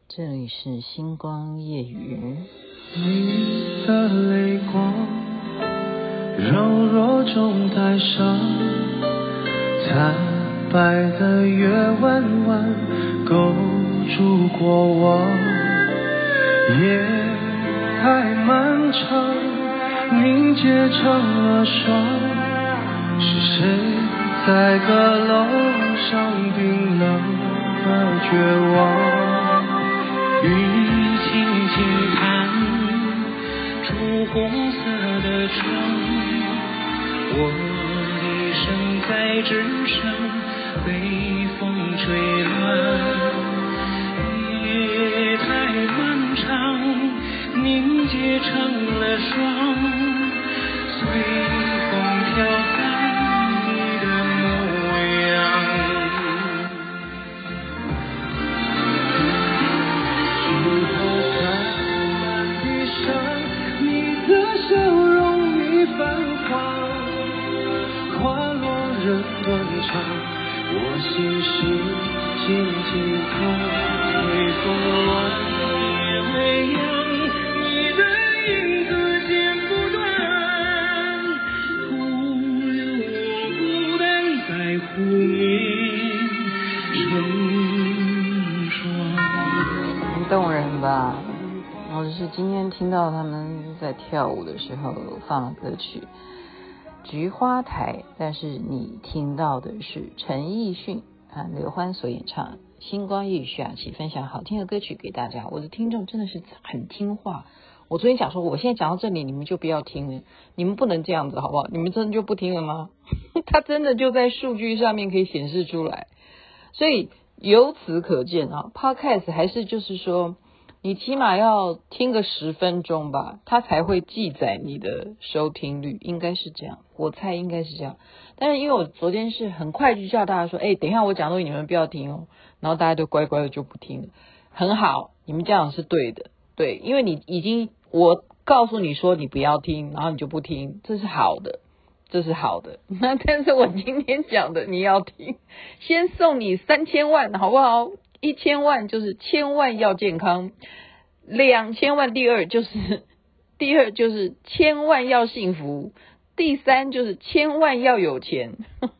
这里是星光夜雨。 你的泪光柔弱中带伤，惨白的月弯弯勾住过往，夜太漫长，凝结成了霜。是谁在阁楼上冰冷的绝望？雨轻轻弹出红色的窗，我的声在纸上被风吹乱。夜太漫长，凝结成了霜，随风飘散你的模样。之后才闭上你的笑容已泛黄，花落人断肠，我心事静静看，随风乱也未央，你的影子剪不断，徒留我孤单在湖面成霜。 很动人吧？我是今天听到他们在跳舞的时候放了歌曲《菊花台》，但是你听到的是陈奕迅和刘欢所演唱《星光夜雨》，徐雅琪分享好听的歌曲给大家。我的听众真的是很听话，我昨天讲说我现在讲到这里你们就不要听了，你们不能这样子好不好？你们真的就不听了吗？它真的就在数据上面可以显示出来。所以由此可见啊 Podcast 还是就是说你起码要听个10分钟吧，它才会记载你的收听率，应该是这样，我猜应该是这样。但是因为我昨天是很快就叫大家说等一下我讲东西你们不要听哦，然后大家就乖乖的就不听了。很好，你们这样是对的，对，因为你已经我告诉你说你不要听，然后你就不听，这是好的，这是好的。那但是我今天讲的你要听，先送你3000万好不好？1000万就是千万要健康，2000万第二就是千万要幸福，第三就是千万要有钱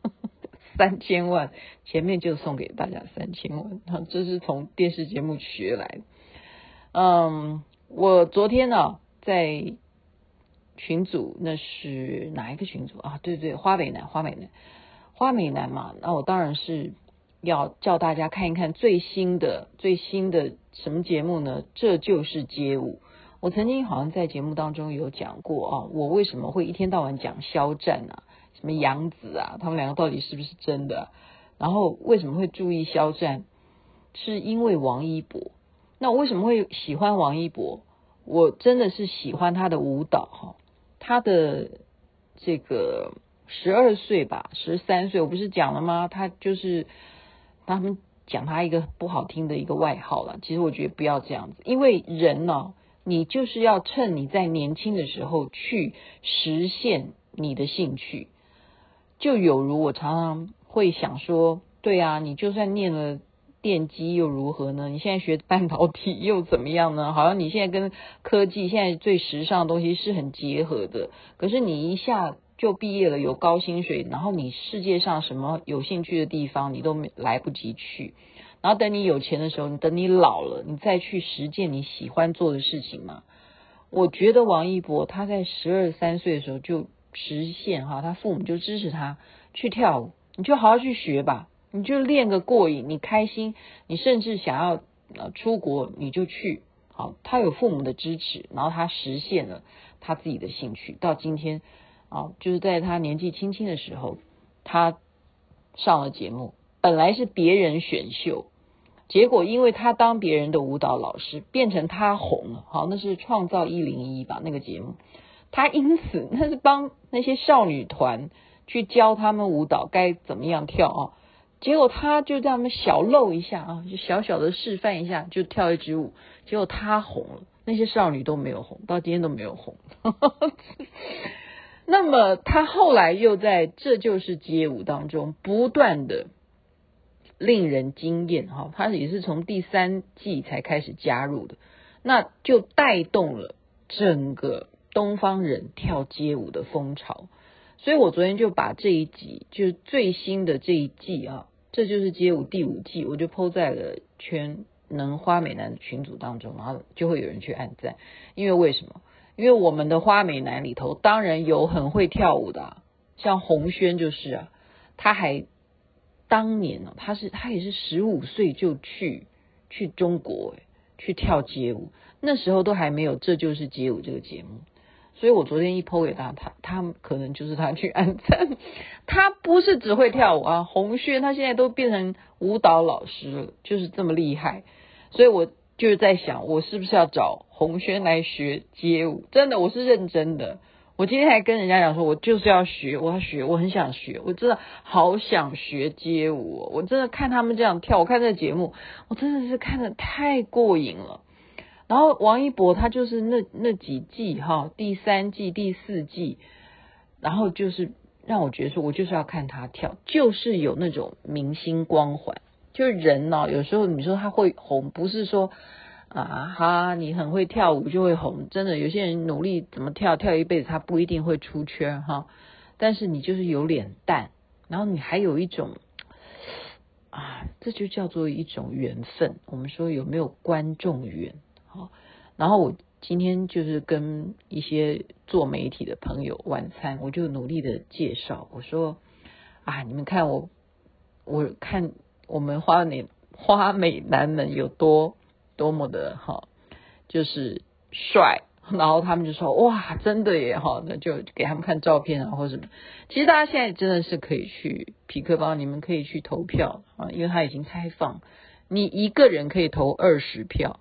3000万前面就送给大家3000万，这是从电视节目学来的。我昨天在群组，那是哪一个群组啊？对，花美男嘛。那我当然是要叫大家看一看最新的什么节目呢？这就是街舞。我曾经好像在节目当中有讲过我为什么会一天到晚讲肖战什么杨紫他们两个到底是不是真的？然后为什么会注意肖战？是因为王一博。那我为什么会喜欢王一博？我真的是喜欢他的舞蹈他的这个12岁吧13岁，我不是讲了吗？他就是他们讲他一个不好听的一个外号了，其实我觉得不要这样子，因为人你就是要趁你在年轻的时候去实现你的兴趣。就有如我常常会想说，对啊，你就算念了电机又如何呢？你现在学半导体又怎么样呢？好像你现在跟科技现在最时尚的东西是很结合的，可是你一下就毕业了，有高薪水，然后你世界上什么有兴趣的地方你都来不及去，然后等你有钱的时候，等你老了，你再去实践你喜欢做的事情嘛。我觉得王一博他在12、13岁的时候就实现他父母就支持他去跳舞，你就好好去学吧，你就练个过瘾，你开心，你甚至想要出国你就去。好，他有父母的支持，然后他实现了他自己的兴趣，到今天就是在他年纪轻轻的时候，他上了节目，本来是别人选秀，结果因为他当别人的舞蹈老师，变成他红了。好，那是创造101吧，那个节目。他因此那是帮那些少女团去教他们舞蹈该怎么样跳结果他就这样小露一下就小小的示范一下，就跳一支舞，结果他红了，那些少女都没有红，到今天都没有红。那么他后来又在这就是街舞当中不断的令人惊艳哈，他也是从第3季才开始加入的，那就带动了整个东方人跳街舞的风潮。所以我昨天就把这一集，就是最新的这一季啊，这就是街舞第5季，我就 po 在了全能花美男的群组当中，然后就会有人去按赞。因为为什么？因为我们的花美男里头当然有很会跳舞的像洪轩就是啊，他还当年呢，他也是15岁就去中国去跳街舞，那时候都还没有这就是街舞这个节目。所以我昨天一 po 给他可能就是他去按赞。他不是只会跳舞啊，洪轩他现在都变成舞蹈老师了，就是这么厉害。所以我就是在想，我是不是要找洪轩来学街舞？真的，我是认真的。我今天还跟人家讲说，我就是要学，我很想学，我真的好想学街舞我真的看他们这样跳，我看这个节目，我真的是看得太过瘾了。然后王一博他就是那几季哈，第3季、第4季，然后就是让我觉得说，我就是要看他跳，就是有那种明星光环。就是人有时候你说他会红，不是说你很会跳舞就会红，真的有些人努力怎么跳一辈子，他不一定会出圈哈。但是你就是有脸蛋，然后你还有一种这就叫做一种缘分。我们说有没有观众缘？然后我今天就是跟一些做媒体的朋友晚餐，我就努力的介绍，我说你们看我看我们花美男们有多么的就是帅，然后他们就说哇真的耶那就给他们看照片或者什么。其实大家现在真的是可以去痞客邦，你们可以去投票因为它已经开放，你一个人可以投20票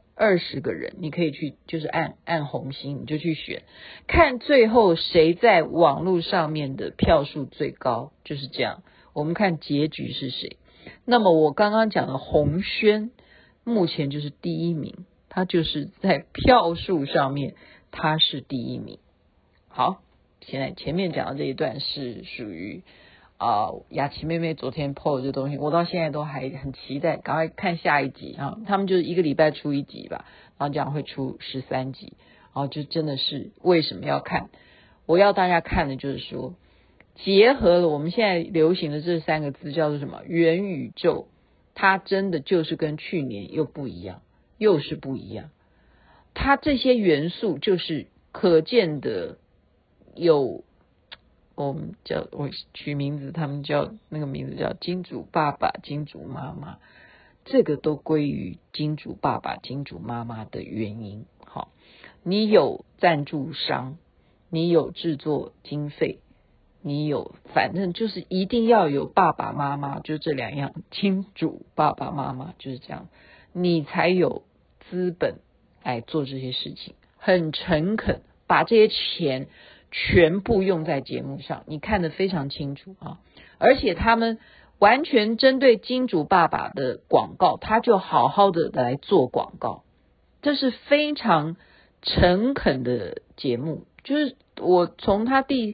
，20个人你可以去就是按红心，你就去选，看最后谁在网络上面的票数最高，就是这样。我们看结局是谁。那么我刚刚讲的洪轩目前就是第1名，他就是在票数上面他是第1名。好，现在前面讲的这一段是属于雅琪妹妹昨天 po 的这东西，我到现在都还很期待，赶快看下一集他们就是1个礼拜出1集吧，然后这样会出13集，然后就真的是为什么要看？我要大家看的就是说，结合了我们现在流行的这3个字叫做什么？元宇宙，它真的就是跟去年又不一样，又是不一样。它这些元素就是可见的有。我取名字，他们叫那个名字叫金主爸爸、金主妈妈，这个都归于金主爸爸、金主妈妈的原因。好，你有赞助商，你有制作经费，你有反正就是一定要有爸爸妈妈，就这2样，金主爸爸妈妈就是这样，你才有资本来做这些事情，很诚恳，把这些钱全部用在节目上，你看得非常清楚而且他们完全针对金主爸爸的广告，他就好好的来做广告，这是非常诚恳的节目。就是我从他第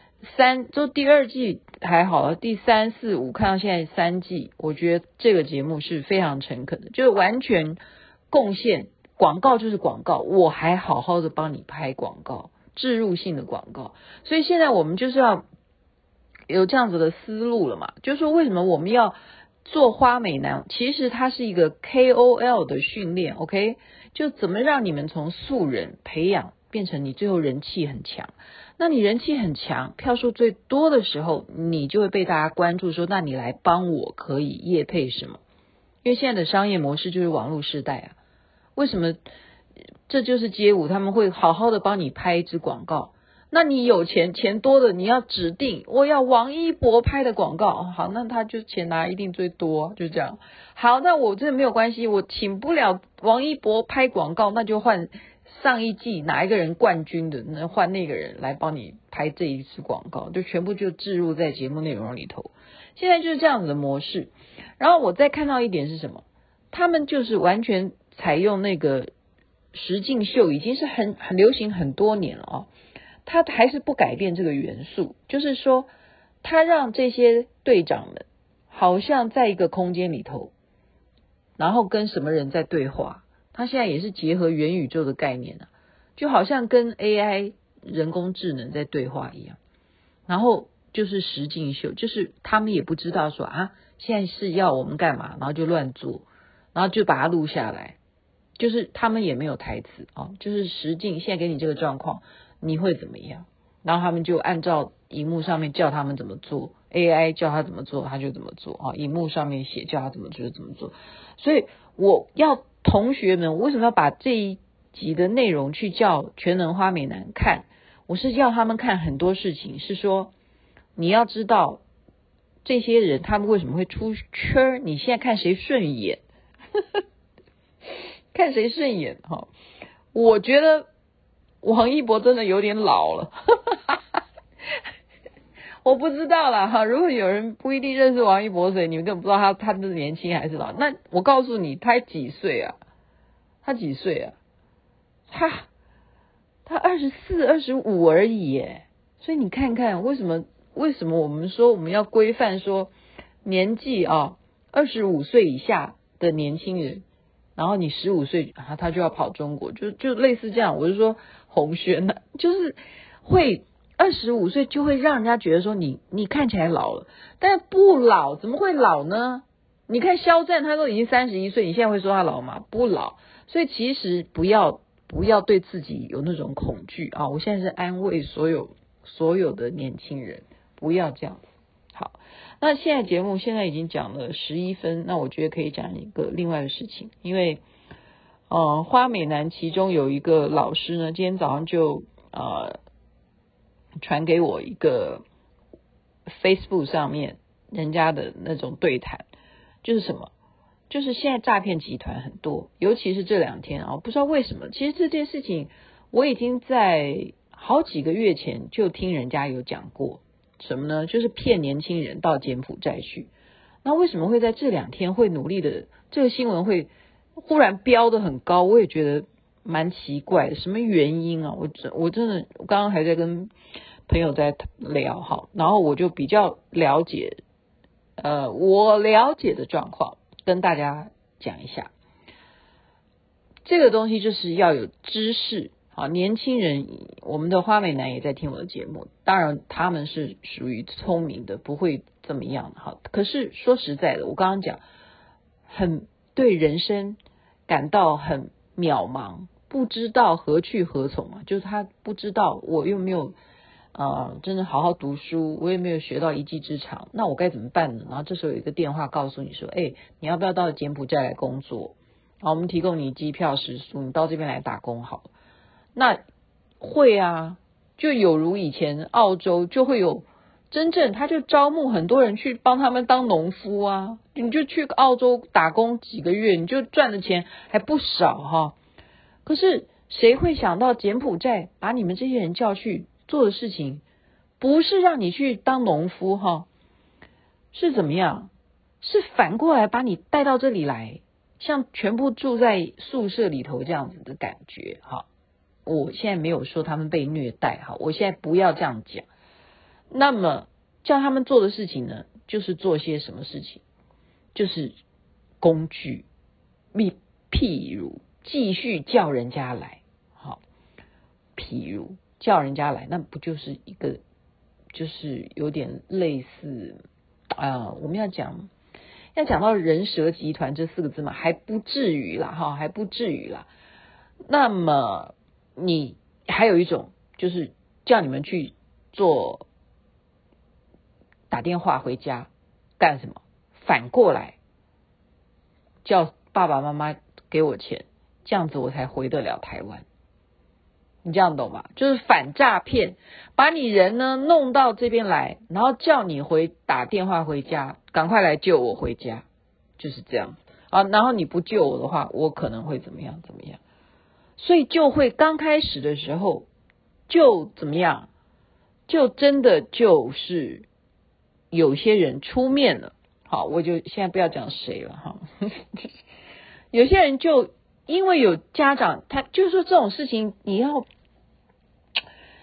2季还好了，第3、4、5看到现在3季，我觉得这个节目是非常诚恳的，就是完全贡献广告就是广告，我还好好的帮你拍广告，置入性的广告。所以现在我们就是要有这样子的思路了嘛，就是说为什么我们要做花美男，其实它是一个 KOL 的训练 OK， 就怎么让你们从素人培养变成你最后人气很强。那你人气很强，票数最多的时候，你就会被大家关注说，那你来帮我可以业配什么？因为现在的商业模式就是网络时代为什么这就是街舞，他们会好好的帮你拍一支广告。那你有钱多的，你要指定我要王一博拍的广告，好，那他就钱拿一定最多，就这样。好，那我这没有关系，我请不了王一博拍广告，那就换上一季哪一个人冠军的，那换那个人来帮你拍这一次广告，就全部就置入在节目内容里头。现在就是这样子的模式。然后我再看到一点是什么？他们就是完全采用那个实境秀，已经是很流行很多年了他还是不改变这个元素，就是说他让这些队长们好像在一个空间里头，然后跟什么人在对话。他现在也是结合元宇宙的概念啊，就好像跟 AI 人工智能在对话一样。然后就是实境秀，就是他们也不知道说啊，现在是要我们干嘛，然后就乱做，然后就把它录下来，就是他们也没有台词啊，就是实境现在给你这个状况，你会怎么样？然后他们就按照荧幕上面叫他们怎么做 ，AI 叫他怎么做他就怎么做啊，荧幕上面写叫他怎么做就怎么做。所以我要同学们，为什么要把这一集的内容去叫全能花美男看？我是要他们看很多事情，是说你要知道这些人他们为什么会出圈，你现在看谁顺眼看谁顺眼哈。我觉得王一博真的有点老了我不知道啦哈，如果有人不一定认识王一博谁，你们根本不知道他是年轻还是老。那我告诉你，他几岁啊？他几岁啊？他24、25而已耶。所以你看看为什么我们说我们要规范说年纪啊，25岁以下的年轻人，然后你15岁他就要跑中国，就类似这样。我就说洪轩呢，就是会25岁就会让人家觉得说你看起来老了，但是不老，怎么会老呢？你看肖战他都已经31岁，你现在会说他老吗？不老。所以其实不要对自己有那种恐惧啊！我现在是安慰所有的年轻人，不要这样子。好，那现在节目现在已经讲了11分，那我觉得可以讲一个另外的事情，因为花美男其中有一个老师呢，今天早上就传给我一个 Facebook 上面人家的那种对谈，就是什么？就是现在诈骗集团很多，尤其是这2天啊，不知道为什么。其实这件事情我已经在好几个月前就听人家有讲过，什么呢？就是骗年轻人到柬埔寨去。那为什么会在这2天会努力的，这个新闻会忽然飙得很高？我也觉得蛮奇怪的，什么原因啊？我真的我刚刚还在跟朋友在聊哈，然后我就比较了解我了解的状况。跟大家讲一下，这个东西就是要有知识。好，年轻人，我们的花美男也在听我的节目，当然他们是属于聪明的，不会怎么样。好，可是说实在的，我刚刚讲，很对人生感到很渺茫，不知道何去何从嘛，就是他不知道我又没有真的好好读书，我也没有学到一技之长，那我该怎么办呢？然后这时候有一个电话告诉你说，你要不要到柬埔寨来工作？好，我们提供你机票食宿，你到这边来打工好了。那会啊，就有如以前澳洲就会有真正他就招募很多人去帮他们当农夫啊，你就去澳洲打工几个月，你就赚的钱还不少哈。可是谁会想到柬埔寨把你们这些人叫去做的事情不是让你去当农夫哈，是怎么样？是反过来把你带到这里来，像全部住在宿舍里头这样子的感觉哈。我现在没有说他们被虐待哈，我现在不要这样讲。那么叫他们做的事情呢，就是做些什么事情？就是工具，譬如继续叫人家来，好，譬如叫人家来，那不就是一个，就是有点类似我们要讲到人蛇集团这4个字嘛，还不至于啦哈，还不至于啦。那么你还有一种就是叫你们去做打电话回家干什么？反过来叫爸爸妈妈给我钱，这样子我才回得了台湾。你这样懂吗？就是反诈骗，把你人呢弄到这边来，然后叫你打电话回家，赶快来救我回家，就是这样啊。然后你不救我的话，我可能会怎么样。所以就会刚开始的时候就怎么样，就真的就是有些人出面了。好，我就现在不要讲谁了哈。有些人就因为有家长，他就是说这种事情你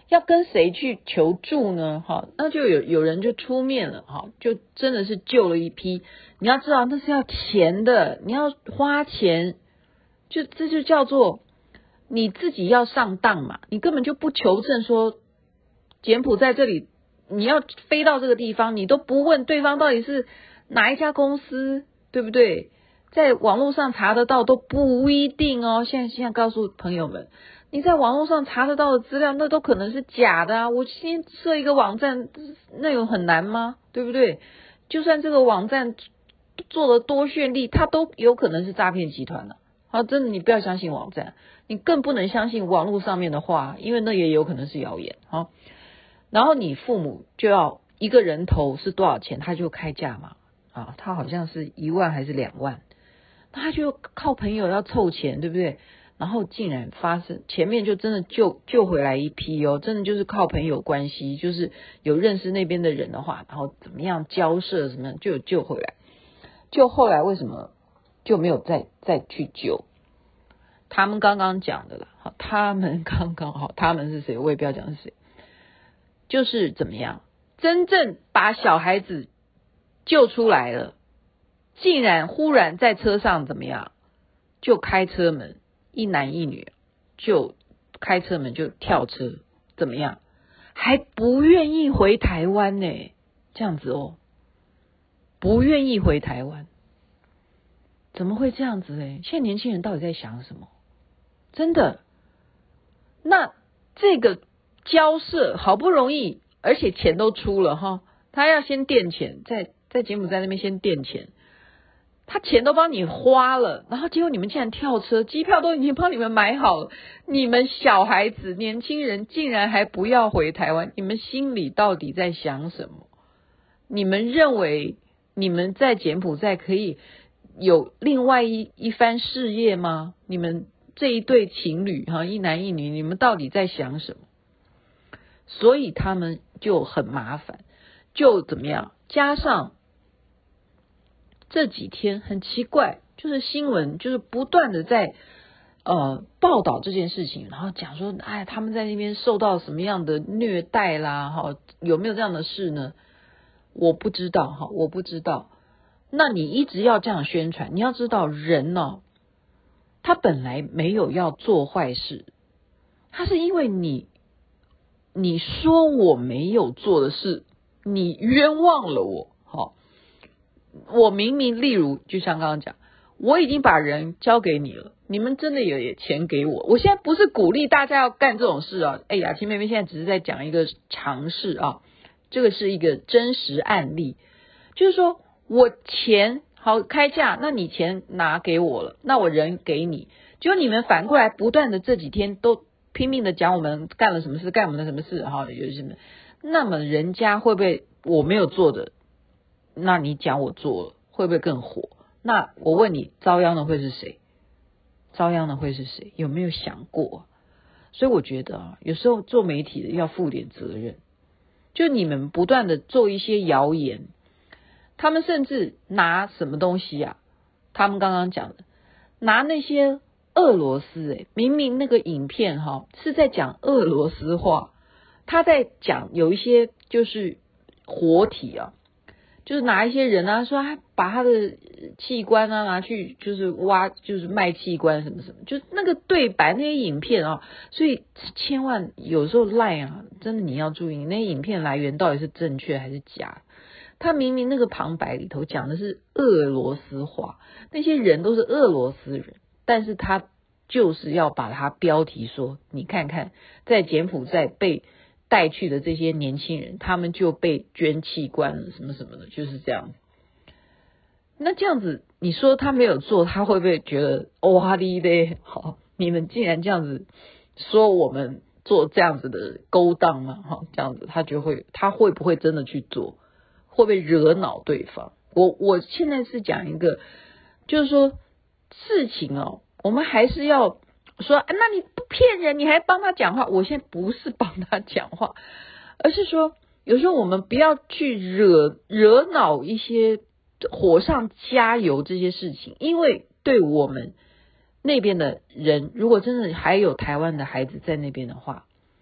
要跟谁去求助呢？那就有人就出面了，就真的是救了一批。你要知道那是要钱的，你要花钱，这就叫做你自己要上当嘛，你根本就不求证说柬埔寨这里你要飞到这个地方，你都不问对方到底是哪一家公司，对不对？在网络上查得到都不一定哦。现在告诉朋友们，你在网络上查得到的资料，那都可能是假的啊。我先设一个网站，那有很难吗？对不对？就算这个网站做得多绚丽，它都有可能是诈骗集团的。真的，你不要相信网站，你更不能相信网络上面的话，因为那也有可能是谣言。然后你父母就要一个人头是多少钱，他就开价嘛。他好像是1万还是2万，那他就靠朋友要凑钱，对不对？然后竟然发生前面就真的救回来一批哦，真的就是靠朋友关系，就是有认识那边的人的话，然后怎么样交涉什么就有救回来。就后来为什么就没有再去救？他们刚刚讲的啦，他们刚刚好，他们是谁我也不要讲是谁，就是怎么样真正把小孩子救出来了，竟然忽然在车上怎么样，就开车门，一男一女就开车门就跳车，怎么样，还不愿意回台湾呢？这样子哦，不愿意回台湾，怎么会这样子呢？现在年轻人到底在想什么？真的，那这个交涉好不容易，而且钱都出了哈，他要先垫钱，在柬埔寨那边先垫钱，他钱都帮你花了，然后结果你们竟然跳车，机票都已经帮你们买好了，你们小孩子年轻人竟然还不要回台湾，你们心里到底在想什么？你们认为你们在柬埔寨可以有另外一番事业吗？你们这一对情侣一男一女，你们到底在想什么？所以他们就很麻烦，就怎么样？加上这几天很奇怪，就是新闻就是不断的在报道这件事情，然后讲说他们在那边受到什么样的虐待啦，有没有这样的事呢？我不知道我不知道。那你一直要这样宣传，你要知道人他本来没有要做坏事，他是因为你说我没有做的事，你冤枉了我。我明明例如就像刚刚讲，我已经把人交给你了，你们真的也钱给我，我现在不是鼓励大家要干这种事啊。雅琪妹妹现在只是在讲一个常识啊，这个是一个真实案例，就是说我钱好开价，那你钱拿给我了，那我人给你，结果你们反过来不断的这几天都拼命的讲我们干了什么事，干我们的什么事有什么，那么人家会不会我没有做的，那你讲我做了会不会更火？那我问你，遭殃的会是谁？遭殃的会是谁？有没有想过？所以我觉得有时候做媒体的要负点责任，就你们不断的做一些谣言，他们甚至拿什么东西他们刚刚讲的，拿那些俄罗斯明明那个影片是在讲俄罗斯话，他在讲有一些就是活体就是拿一些人说他把他的器官拿去就是挖，就是卖器官什么什么，就是那个对白那些影片所以千万有时候赖真的你要注意，你那些影片来源到底是正确还是假。他明明那个旁白里头讲的是俄罗斯话，那些人都是俄罗斯人，但是他就是要把它标题说，你看看在柬埔寨被带去的这些年轻人，他们就被捐器官了什么什么的，就是这样。那这样子你说他没有做，他会不会觉得哇哩嘞，你们竟然这样子说我们做这样子的勾当吗？这样子他会不会真的去做？会不会惹恼对方？我现在是讲一个，就是说事情我们还是要说那你不骗人，你还帮他讲话。我现在不是帮他讲话，而是说有时候我们不要去惹恼一些火上加油这些事情，因为对我们那边的人，如果真的还有台湾的孩子在那边的话，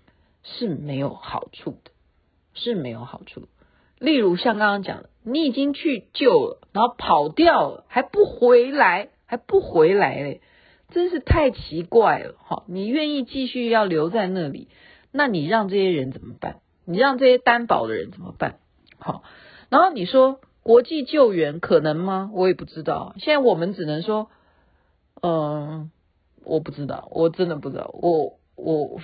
是没有好处的，是没有好处的。例如像刚刚讲的，你已经去救了，然后跑掉了，还不回来嘞，真是太奇怪了。好，你愿意继续要留在那里，那你让这些人怎么办？你让这些担保的人怎么办？好，然后你说国际救援可能吗？我也不知道。现在我们只能说，我不知道，我真的不知道。我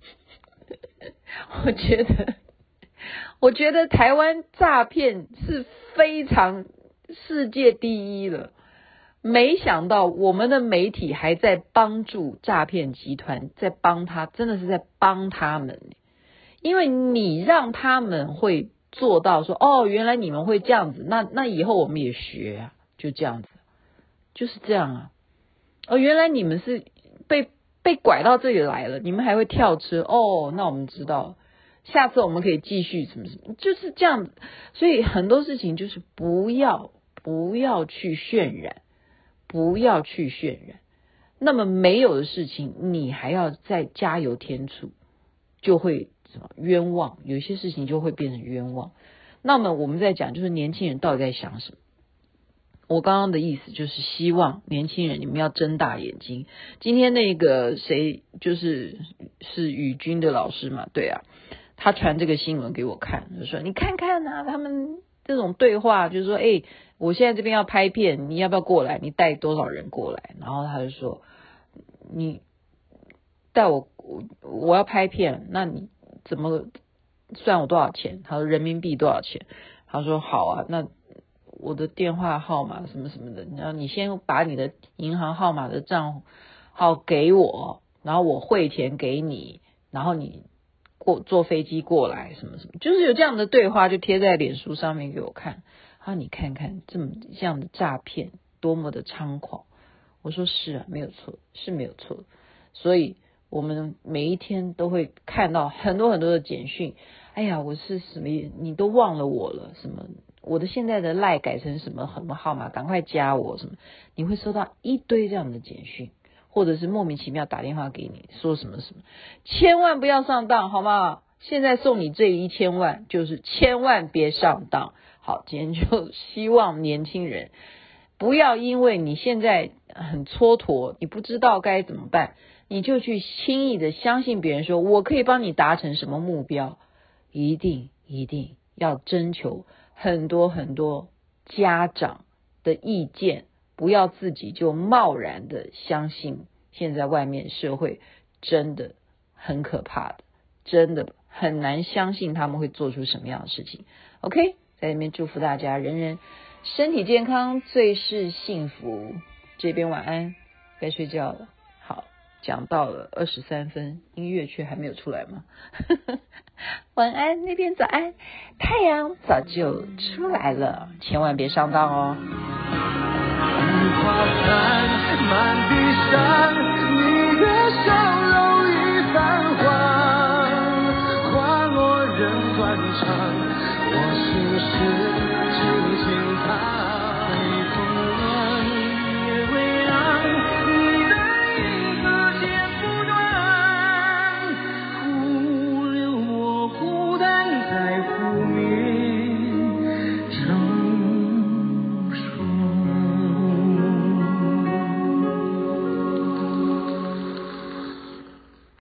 我觉得台湾诈骗是非常世界第一了。没想到我们的媒体还在帮助诈骗集团，在帮他，真的是在帮他们。因为你让他们会做到说，哦，原来你们会这样子，那以后我们也学啊，就这样子，就是这样啊。哦，原来你们是被拐到这里来了，你们还会跳车，哦，那我们知道了，下次我们可以继续什么什么，就是这样子。所以很多事情就是不要去渲染，不要去渲染。那么没有的事情，你还要再加油添醋，就会什么冤枉，有些事情就会变成冤枉。那么我们在讲，就是年轻人到底在想什么？我刚刚的意思就是希望年轻人你们要睁大眼睛。今天那个谁是宇军的老师嘛，对啊，他传这个新闻给我看，就说你看看啊，他们这种对话，就是说我现在这边要拍片，你要不要过来？你带多少人过来？然后他就说你带我要拍片，那你怎么算我多少钱？他说人民币多少钱？他说好啊，那我的电话号码什么什么的，然后你先把你的银行号码的账号给我，然后我汇钱给你，然后你坐飞机过来什么什么，就是有这样的对话就贴在脸书上面给我看。你看看这样的诈骗多么的猖狂。我说是啊，没有错，是没有错。所以我们每一天都会看到很多很多的简讯，哎呀，我是什么，你都忘了我了，什么我的现在的赖改成什么号码，赶快加我什么，你会收到一堆这样的简讯，或者是莫名其妙打电话给你说什么什么，千万不要上当，好吗？现在送你这1000万，就是千万别上当。好，今天就希望年轻人不要因为你现在很蹉跎，你不知道该怎么办，你就去轻易的相信别人说我可以帮你达成什么目标。一定要征求很多很多家长的意见，不要自己就贸然的相信。现在外面社会真的很可怕的，真的很难相信他们会做出什么样的事情。 OK， 在这边祝福大家人人身体健康，最是幸福。这边晚安，该睡觉了。好，讲到了23分，音乐却还没有出来吗？晚安，那边早安，太阳早就出来了，千万别上当哦。